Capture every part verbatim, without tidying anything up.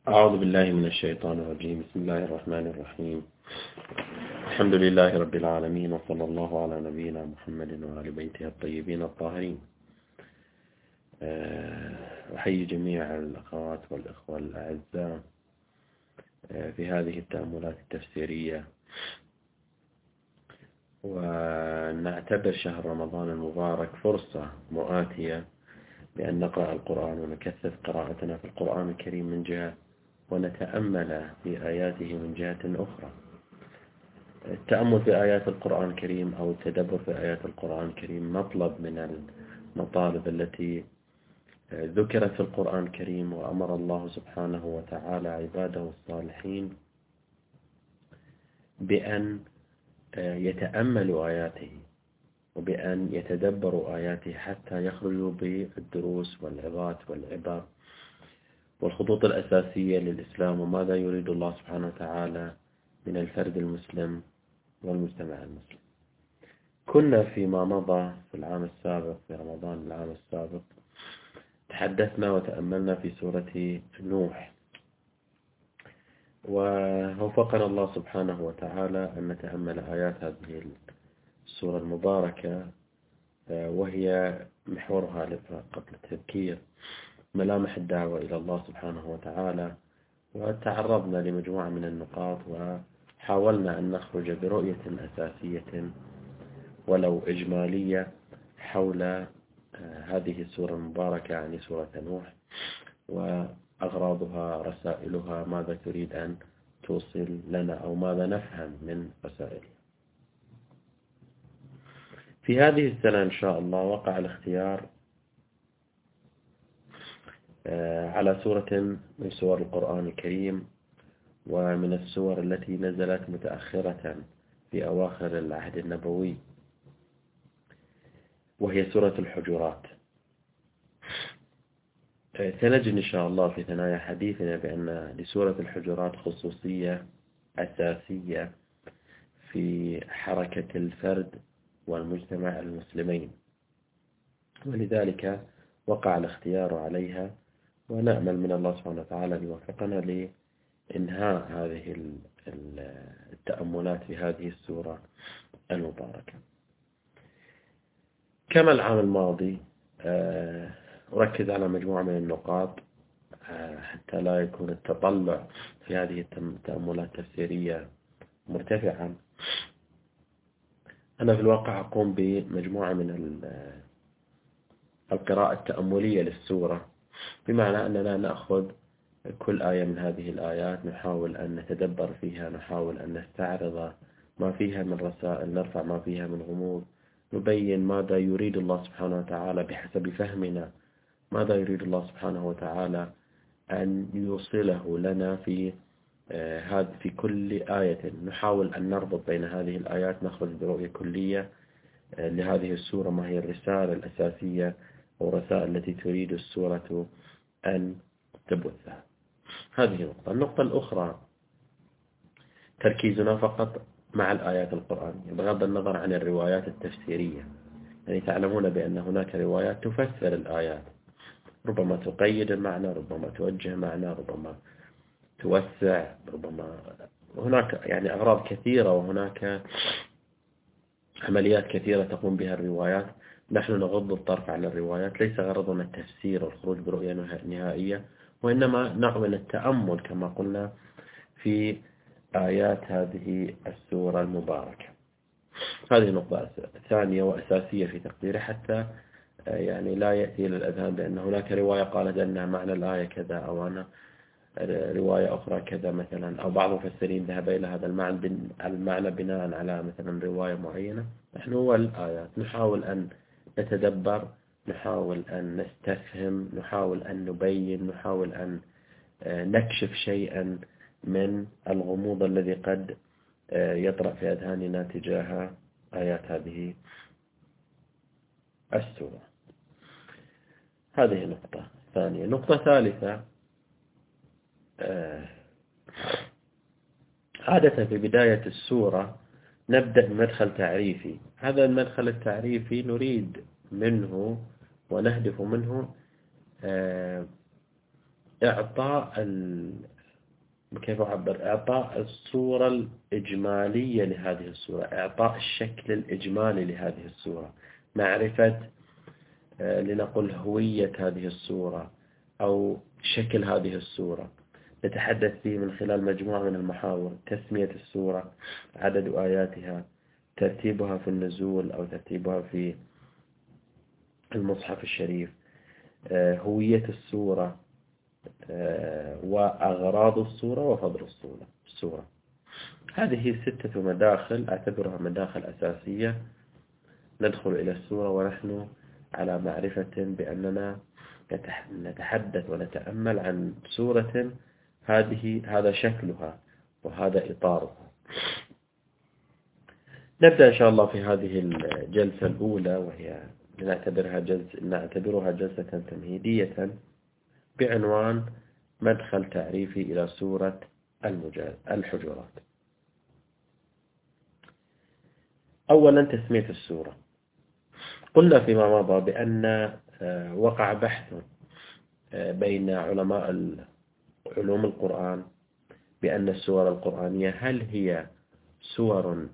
أعوذ بالله من الشيطان الرجيم. بسم الله الرحمن الرحيم. الحمد لله رب العالمين، وصلى الله على نبينا محمد وعلى بيته الطيبين الطاهرين. أحيي جميع الأخوات والإخوة الأعزاء في هذه التأملات التفسيرية، ونعتبر شهر رمضان المبارك فرصة مؤاتية بأن نقرأ القرآن ونكثف قراءتنا في القرآن الكريم من جهة، ونتأمل في آياته من جهة أخرى. التأمل في آيات القرآن الكريم أو التدبر في آيات القرآن الكريم مطلب من المطالب التي ذكرت في القرآن الكريم، وأمر الله سبحانه وتعالى عباده الصالحين بأن يتأملوا آياته وبأن يتدبروا آياته حتى يخرجوا بالدروس والعظات والعبر والخطوط الأساسية للإسلام، وماذا يريد الله سبحانه وتعالى من الفرد المسلم والمجتمع المسلم. كنا فيما مضى في العام السابق، في رمضان العام السابق، تحدثنا وتأملنا في سورة نوح، ووفقنا الله سبحانه وتعالى أن نتأمل آيات هذه السورة المباركة، وهي محورها قبل التذكير ملامح الدعوة إلى الله سبحانه وتعالى، وتعرضنا لمجموعة من النقاط وحاولنا أن نخرج برؤية أساسية ولو إجمالية حول هذه السورة المباركة، يعني سورة نوح، وأغراضها، رسائلها، ماذا تريد أن توصل لنا أو ماذا نفهم من رسائلها. في هذه السنة إن شاء الله وقع الاختيار على سورة من سور القرآن الكريم، ومن السور التي نزلت متأخرة في أواخر العهد النبوي، وهي سورة الحجرات. سنجد إن شاء الله في ثنايا حديثنا بأن لسورة الحجرات خصوصية أساسية في حركة الفرد والمجتمع المسلمين، ولذلك وقع الاختيار عليها، ونأمل من الله سبحانه وتعالى أن يوفقنا لإنهاء هذه التأملات في هذه السورة المباركة. كما العام الماضي أركز على مجموعة من النقاط حتى لا يكون التطلع في هذه التأملات التفسيرية مرتفعا. أنا في الواقع أقوم بمجموعة من القراءة التأملية للسورة، بمعنى أننا نأخذ كل آية من هذه الآيات، نحاول أن نتدبر فيها، نحاول أن نستعرض ما فيها من رسائل، نرفع ما فيها من غموض، نبين ماذا يريد الله سبحانه وتعالى بحسب فهمنا، ماذا يريد الله سبحانه وتعالى أن يوصله لنا في هذه في كل آية. نحاول أن نربط بين هذه الآيات، نخرج برؤية كلية لهذه السورة، ما هي الرسالة الأساسية أو الرسائل التي تريد السورة أن تبثها. هذه نقطة. النقطة الأخرى تركيزنا فقط مع الآيات القرآنية بغض النظر عن الروايات التفسيرية. يعني تعلمون بأن هناك روايات تفسر الآيات، ربما تقيد المعنى، ربما توجه معنى، ربما توسع، ربما هناك يعني أغراض كثيرة، وهناك عمليات كثيرة تقوم بها الروايات. نحن نغض الطرف على الروايات، ليس غرضنا التفسير والخروج برؤية نهائية، وإنما نعمل التأمل كما قلنا في آيات هذه السورة المباركة. هذه نقطة ثانية وأساسية في تقديري، حتى يعني لا يأتي إلى الأذهان بأن هناك رواية قالت أنها معنى الآية كذا، أو أنا رواية أخرى كذا مثلا، أو بعض المفسرين ذهب إلى هذا المعنى المعنى بناء على مثلا رواية معينة. نحن هو الآيات نحاول أن نتدبر، نحاول أن نستفهم، نحاول أن نبين، نحاول أن نكشف شيئا من الغموض الذي قد يطرأ في أذهاننا تجاه آيات هذه السورة. هذه نقطة ثانية. نقطة ثالثة، عادة في بداية السورة نبدأ بمدخل تعريفي. هذا المدخل التعريفي نريد منه ونهدف منه إعطاء كيف أعبر إعطاء الصورة الإجمالية لهذه الصورة، إعطاء الشكل الإجمالي لهذه الصورة، معرفة لنقل هوية هذه الصورة أو شكل هذه الصورة. نتحدث فيه من خلال مجموعة من المحاور: تسمية السورة، عدد آياتها، ترتيبها في النزول أو ترتيبها في المصحف الشريف، هوية السورة، وأغراض السورة وفضل السورة السورة. هذه ستة مداخل أعتبرها مداخل أساسية ندخل إلى السورة ونحن على معرفة بأننا نتحدث ونتأمل عن سورة هذه هذا شكلها وهذا إطارها. نبدأ إن شاء الله في هذه الجلسة الأولى، وهي نعتبرها جلسة نعتبرها جلسة تمهيدية بعنوان مدخل تعريفي إلى سورة الحجرات. أولا تسمية السورة. قلنا فيما مضى بأن وقع بحث بين علماء علوم القرآن بأن السور القرآنية هل هي سور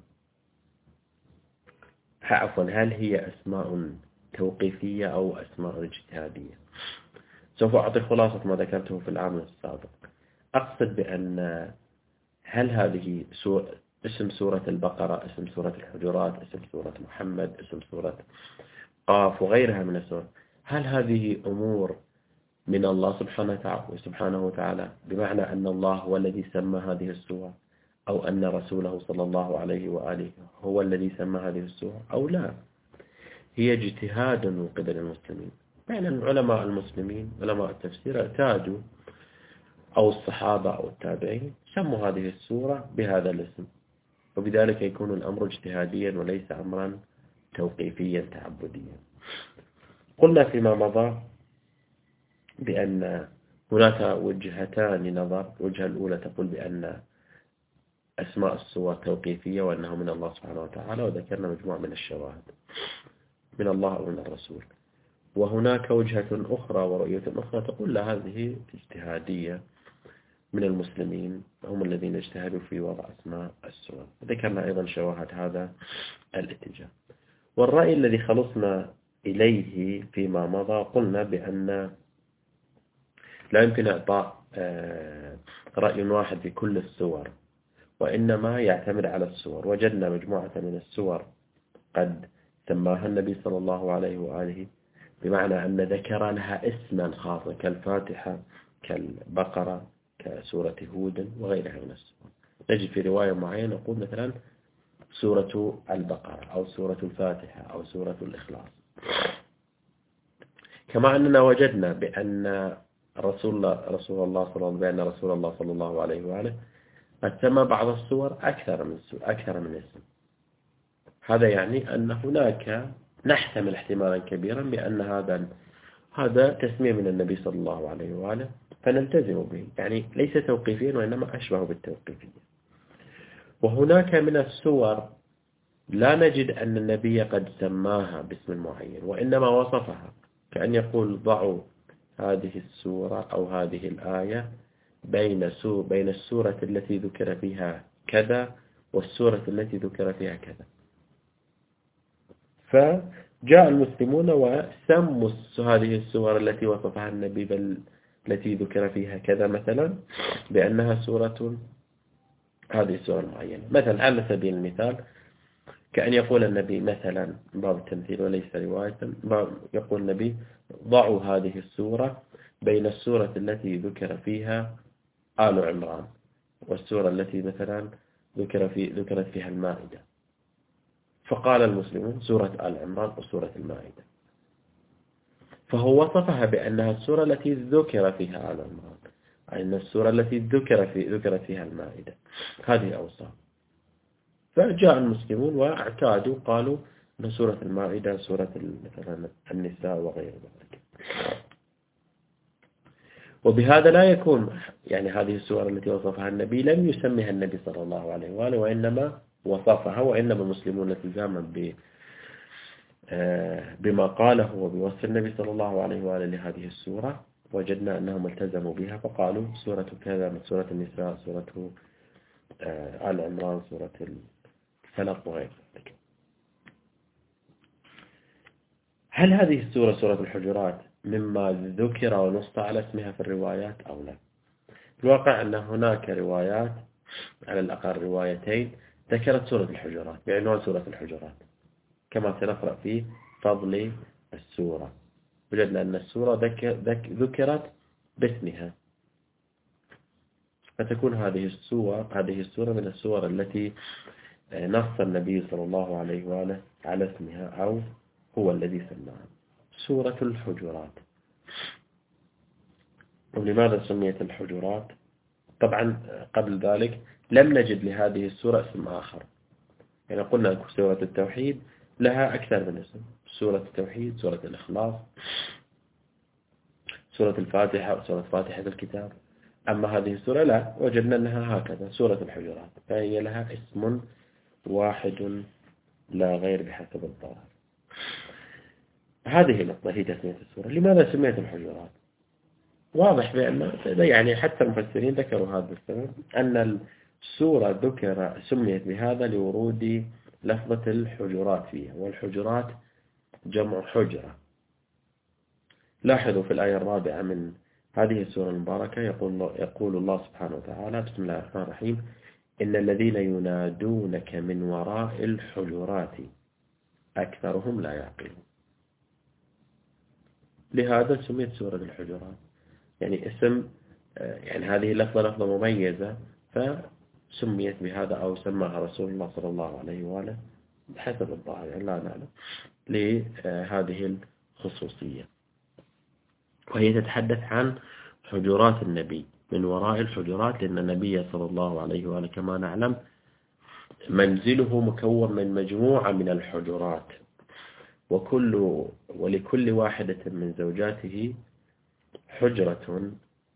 عفوا هل هي أسماء توقيفية أو أسماء اجتهادية. سوف أعطي خلاصة ما ذكرته في العام السابق. أقصد بأن هل هذه سور اسم سورة البقرة، اسم سورة الحجرات، اسم سورة محمد، اسم سورة قاف وغيرها من السور، هل هذه أمور من الله سبحانه وتعالى، بمعنى أن الله هو الذي سمى هذه السورة، أو أن رسوله صلى الله عليه وآله هو الذي سمى هذه السورة، أو لا، هي اجتهاد من قبل المسلمين. يعني العلماء المسلمين علماء التفسير اعتادوا، أو الصحابة أو التابعين سموا هذه السورة بهذا الاسم، وبذلك يكون الأمر اجتهاديا وليس أمرا توقيفيا تعبديا. قلنا فيما مضى بأن هناك وجهتان نظر. الوجهة الأولى تقول بأن أسماء السور توقيفية وأنه من الله سبحانه وتعالى، وذكرنا مجموعة من الشواهد من الله أو من الرسول. وهناك وجهة أخرى ورؤية أخرى تقول لا، هذه اجتهادية من المسلمين، هم الذين اجتهدوا في وضع أسماء السور. ذكرنا أيضا شواهد هذا الاتجاه. والرأي الذي خلصنا إليه فيما مضى قلنا بأن لا يمكن إعطاء رأي واحد في كل السور، وإنما يعتمد على السور. وجدنا مجموعة من السور قد سماها النبي صلى الله عليه وآله، بمعنى أن ذكر لها اسما خاصا كالفاتحة، كالبقرة، كسورة هود وغيرها من السور. نجد في رواية معينة نقول مثلا سورة البقرة أو سورة الفاتحة أو سورة الإخلاص. كما أننا وجدنا بأن رسول الله رسول الله صلى الله بأن رسول الله صلى الله عليه وآله قد سمى بعض السور أكثر من أكثر من اسم. هذا يعني أن هناك نحتمل احتمالا كبيرا بأن هذا هذا تسمية من النبي صلى الله عليه وآله، فنلتزم به. يعني ليس توقيفيا وإنما أشبه بالتوقيفية. وهناك من السور لا نجد أن النبي قد سماها باسم معين، وإنما وصفها، كأن يقول ضعوا هذه السورة أو هذه الآية بين سو بين السورة التي ذكر فيها كذا والسورة التي ذكر فيها كذا. فجاء المسلمون وسموا هذه السور التي وصفها النبي بل التي ذكر فيها كذا مثلا بأنها سورة هذه السورة المعينة. مثلا على سبيل المثال كأن يقول النبي مثلا، باب التمثيل وليس رواية، يقول النبي ضعوا هذه السورة بين السورة التي ذكر فيها آل عمران والسورة التي مثلا ذكر في ذكرت فيها المائدة. فقال المسلمون سورة آل عمران وسورة المائدة، فهو وصفها بأنها السورة التي ذكر فيها آل عمران، أي أن السورة التي ذكر في ذكرت فيها المائدة. هذه أوصاف. فجاء المسلمون واعتادوا قالوا أن سورة المائدة سورة مثلا النساء وغير ذلك. وبهذا لا يكون يعني هذه السورة التي وصفها النبي لم يسميها النبي صلى الله عليه وآله، وإنما وصفها، وإنما المسلمون التزاما ب بما قاله وبوصف النبي صلى الله عليه وآله لهذه السورة وجدنا أنهم التزموا بها فقالوا سورة كذا من سورة النساء، سورة آل عمران، سورة الفلق وغير ذلك. هل هذه السورة سورة الحجرات مما ذكر ونص على اسمها في الروايات أو لا؟ الواقع أن هناك روايات، على الأقل روايتين، ذكرت سورة الحجرات بعنوان سورة الحجرات كما سنقرأ في فضل السورة. وجدنا أن السورة ذكرت باسمها، فتكون هذه السورة هذه السورة من السور التي نص النبي صلى الله عليه وآله على اسمها أو هو الذي سماها سورة الحجرات. ولماذا سميت الحجرات؟ طبعا قبل ذلك لم نجد لهذه السورة اسم آخر، يعني قلنا أن سورة التوحيد لها أكثر من اسم، سورة التوحيد، سورة الإخلاص، سورة الفاتحة، سورة فاتحة الكتاب. أما هذه السورة لا، وجدنا أنها هكذا سورة الحجرات، فهي لها اسم واحد لا غير بحسب الظاهر. هذه النقطة هي تسمية السورة. لماذا سميت الحجرات؟ واضح بأن يعني حتى المفسرين ذكروا هذا السبب، أن السورة ذكر سميت بهذا لورود لفظة الحجرات فيها، والحجرات جمع حجرة. لاحظوا في الآية الرابعة من هذه السورة المباركة يقول, يقول الله سبحانه وتعالى: بسم الله الرحمن الرحيم: إن الذين ينادونك من وراء الحجرات أكثرهم لا يعقلون. لهذا سميت سورة الحجرات، يعني اسم، يعني هذه اللفظة لفظة مميزة فسميت بهذا أو سماها رسول الله صلى الله عليه وآله بحسب الظاهر، يعني لا نعلم، لهذه الخصوصية. وهي تتحدث عن حجرات النبي، من وراء الحجرات، لأن النبي صلى الله عليه وآله كما نعلم منزله مكون من مجموعة من الحجرات، وكل ولكل واحدة من زوجاته حجرة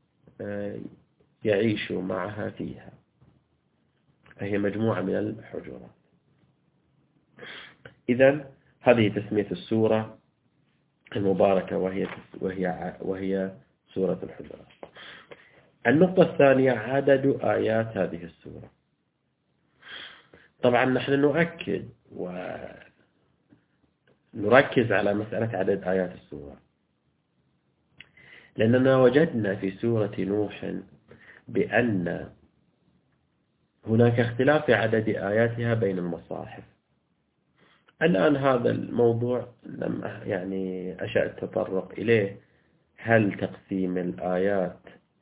يعيش معها فيها، فهي مجموعة من الحجرات. إذن هذه تسمية السورة المباركة وهي وهي وهي سورة الحجرات. النقطة الثانية عدد آيات هذه السورة. طبعا نحن نؤكد ونركز على مسألة عدد آيات السورة، لأننا وجدنا في سورة نوح بأن هناك اختلاف في عدد آياتها بين المصاحف. الآن هذا الموضوع لم يعني أشأ التطرق إليه، هل تقسيم الآيات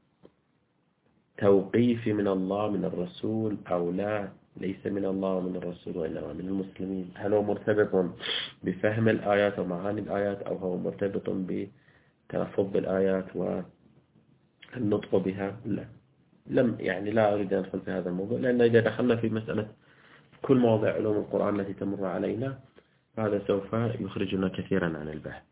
توقيفي من الله من الرسول أو لا، ليس من الله ومن الرسول وإنما من المسلمين؟ هل هو مرتبط بفهم الآيات ومعاني الآيات، أو هو مرتبط بتلفظ بالآيات والنطق بها؟ لا، لم يعني لا أريد أن أدخل في هذا الموضوع، لأن إذا دخلنا في مسألة كل مواضع علوم القرآن التي تمر علينا هذا سوف يخرجنا كثيرا عن البحث.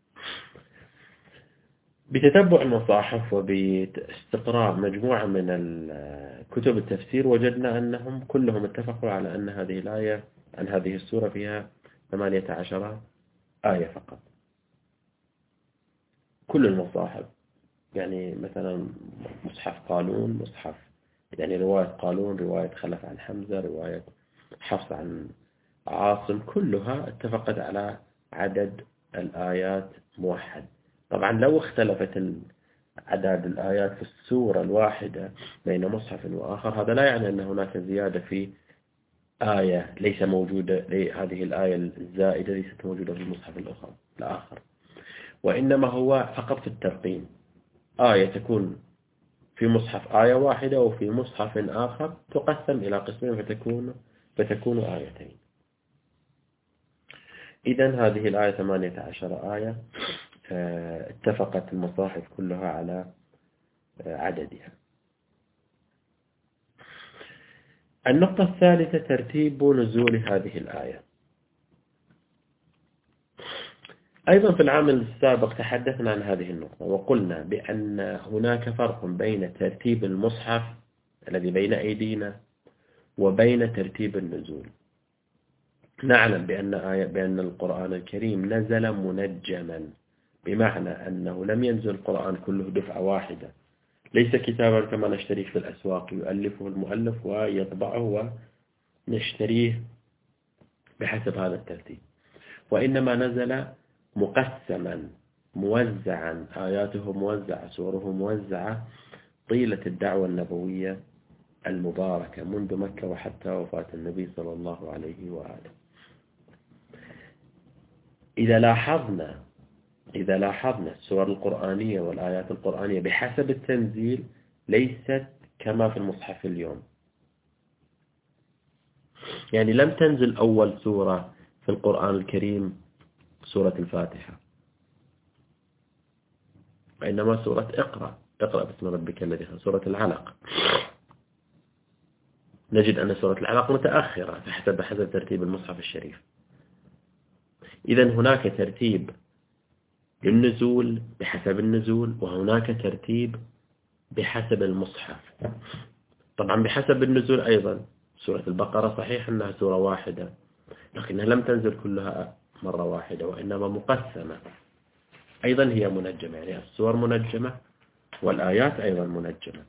بتتبع المصاحف وباستقراء مجموعة من كتب التفسير وجدنا أنهم كلهم اتفقوا على أن هذه الآية أن هذه السورة فيها ثمانية عشر آية فقط. كل المصاحف، يعني مثلا مصحف قالون، مصحف يعني رواية قالون، رواية خلف عن حمزة، رواية حفص عن عاصم، كلها اتفقت على عدد الآيات موحد. طبعا لو اختلفت عدد الآيات في السورة الواحدة بين مصحف وآخر، هذا لا يعني أن هناك زيادة في آية ليس موجودة، هذه الآية الزائدة ليست موجودة في المصحف الآخر الآخر، وإنما هو فقط في الترقيم. آية تكون في مصحف آية واحدة، وفي مصحف آخر تقسم إلى قسمين فتكون فتكون آيتين. إذن هذه الآية ثمانية عشر آية، اتفقت المصاحف كلها على عددها. النقطة الثالثة ترتيب نزول هذه الآية. أيضا في العام السابق تحدثنا عن هذه النقطة وقلنا بأن هناك فرق بين ترتيب المصحف الذي بين أيدينا وبين ترتيب النزول. نعلم بأن آية بأن القرآن الكريم نزل منجما بمعنى أنه لم ينزل القرآن كله دفعة واحدة، ليس كتابا كما نشتريه في الأسواق يؤلفه المؤلف ويطبعه ونشتريه بحسب هذا الترتيب، وإنما نزل مقسما موزعا، آياته موزعة، سوره موزعة طيلة الدعوة النبوية المباركة منذ مكة وحتى وفاة النبي صلى الله عليه وآله. إذا لاحظنا إذا لاحظنا السور القرآنية والآيات القرآنية بحسب التنزيل ليست كما في المصحف اليوم. يعني لم تنزل أول سورة في القرآن الكريم سورة الفاتحة، وإنما سورة اقرأ اقرأ باسم ربك الذي خلق، سورة العلق. نجد أن سورة العلق متأخرة بحسب بحسب ترتيب المصحف الشريف. إذن هناك ترتيب للنزول بحسب النزول، وهناك ترتيب بحسب المصحف. طبعا بحسب النزول أيضا سورة البقرة صحيح أنها سورة واحدة، لكنها لم تنزل كلها مرة واحدة، وإنما مقسمة. أيضا هي منجمة، يعني السور منجمة والآيات أيضا منجمة.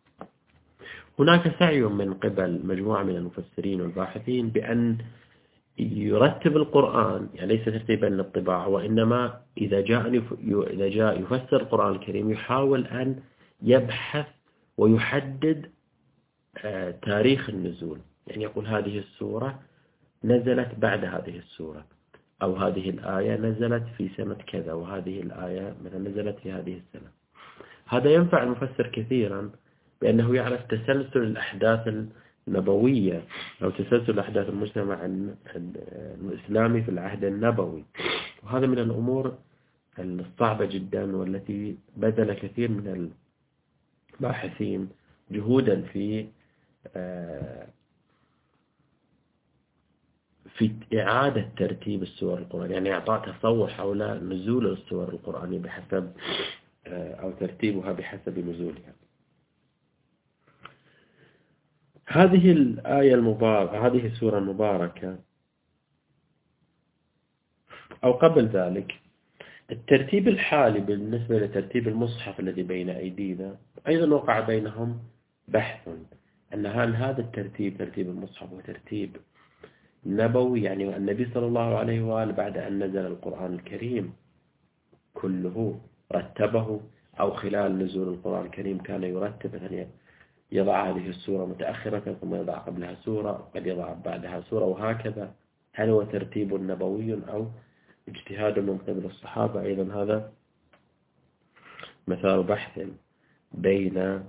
هناك سعي من قبل مجموعة من المفسرين والباحثين بأن يرتب القرآن، يعني ليس ترتيبا للطباعة، وإنما إذا جاء إذا جاء يفسر القرآن الكريم يحاول أن يبحث ويحدد تاريخ النزول، يعني يقول هذه السورة نزلت بعد هذه السورة، أو هذه الآية نزلت في سنة كذا، وهذه الآية مثلا نزلت في هذه السنة. هذا ينفع المفسر كثيرا بأنه يعرف تسلسل الأحداث النبوية أو تسلسل الأحداث المجتمع الإسلامي في العهد النبوي، وهذا من الأمور الصعبة جدا، والتي بذل كثير من الباحثين جهودا في في إعادة ترتيب السور القرآنية، يعني إعطاء تصور حول نزول السور القرآنية بحسب أو ترتيبها بحسب نزولها. هذه الآية المباركة، هذه السورة المباركة، أو قبل ذلك الترتيب الحالي بالنسبة لترتيب المصحف الذي بين أيدينا أيضا وقع بينهم بحث أن هل هذا الترتيب ترتيب المصحف وترتيب نبوي، يعني النبي صلى الله عليه وآله بعد أن نزل القرآن الكريم كله رتبه، أو خلال نزول القرآن الكريم كان يرتب، مثلا يضع هذه السورة متأخرة ثم يضع قبلها سورة، قد يضع بعدها سورة، وهكذا. هل هو ترتيب نبوي أو اجتهاد من قبل الصحابة؟ أيضا هذا مثال بحث بين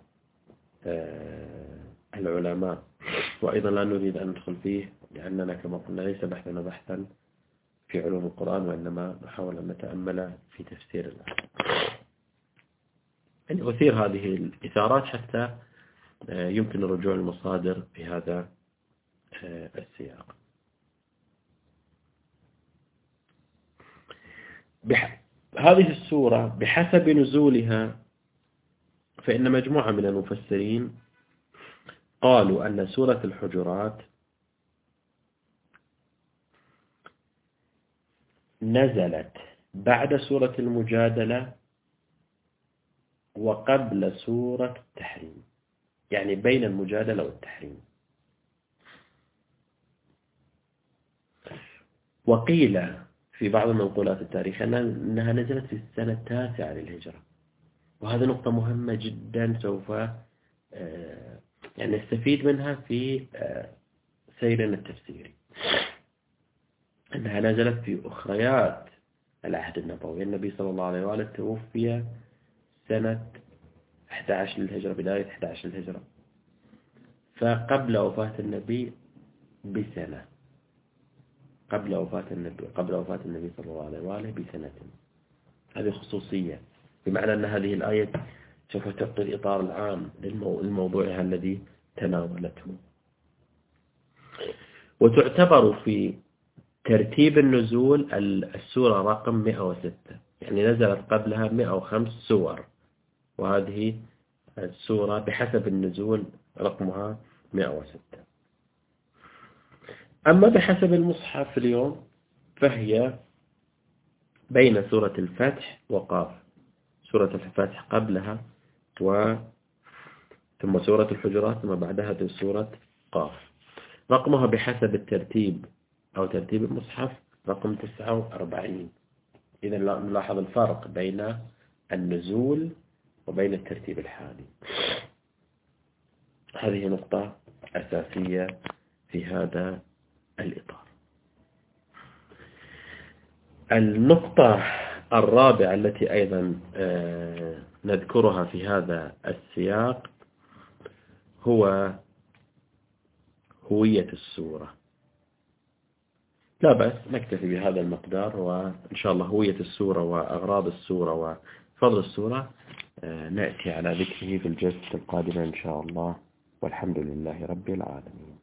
العلماء، وأيضا لا نريد أن ندخل فيه لأننا كما قلنا ليس بحثنا بحثا في علوم القرآن، وإنما نحاول أن نتأمل في تفسير الآية. يعني أثير هذه الإثارات حتى يمكن الرجوع للمصادر في هذا السياق. هذه السورة بحسب نزولها فإن مجموعة من المفسرين قالوا أن سورة الحجرات نزلت بعد سورة المجادلة وقبل سورة التحريم، يعني بين المجادلة والتحريم. وقيل في بعض منقولات التاريخ أنها نزلت في السنة التاسعة للهجرة، وهذا نقطة مهمة جدا سوف يعني نستفيد منها في سيرنا التفسيري، أنها نزلت في أخريات العهد النبوي. النبي صلى الله عليه وآله توفي سنة أحد عشر للهجرة، بداية أحد عشر للهجرة، فقبل وفاة النبي بسنة، قبل وفاة النبي قبل وفاة النبي صلى الله عليه وآله بسنة. هذه خصوصية، بمعنى أن هذه الآية سوف تعطي الإطار العام للموضوع الذي تناولته. وتعتبر في ترتيب النزول السورة رقم مئة وستة، يعني نزلت قبلها مئة وخمس سور، وهذه السورة بحسب النزول رقمها مئة وستة. أما بحسب المصحف اليوم فهي بين سورة الفتح وقاف. سورة الفتح قبلها و ثم سورة الحجرات ثم بعدها سورة قاف. رقمها بحسب الترتيب أو ترتيب المصحف رقم تسعة وأربعين. إذا نلاحظ الفرق بين النزول وبين الترتيب الحالي. هذه نقطة أساسية في هذا الإطار. النقطة الرابعة التي أيضا نذكرها في هذا السياق هو هوية السورة. لا بأس نكتفي بهذا المقدار، وإن شاء الله هوية السورة وأغراض السورة وفضل السورة نأتي على ذكره في الجلسة القادمة إن شاء الله، والحمد لله رب العالمين.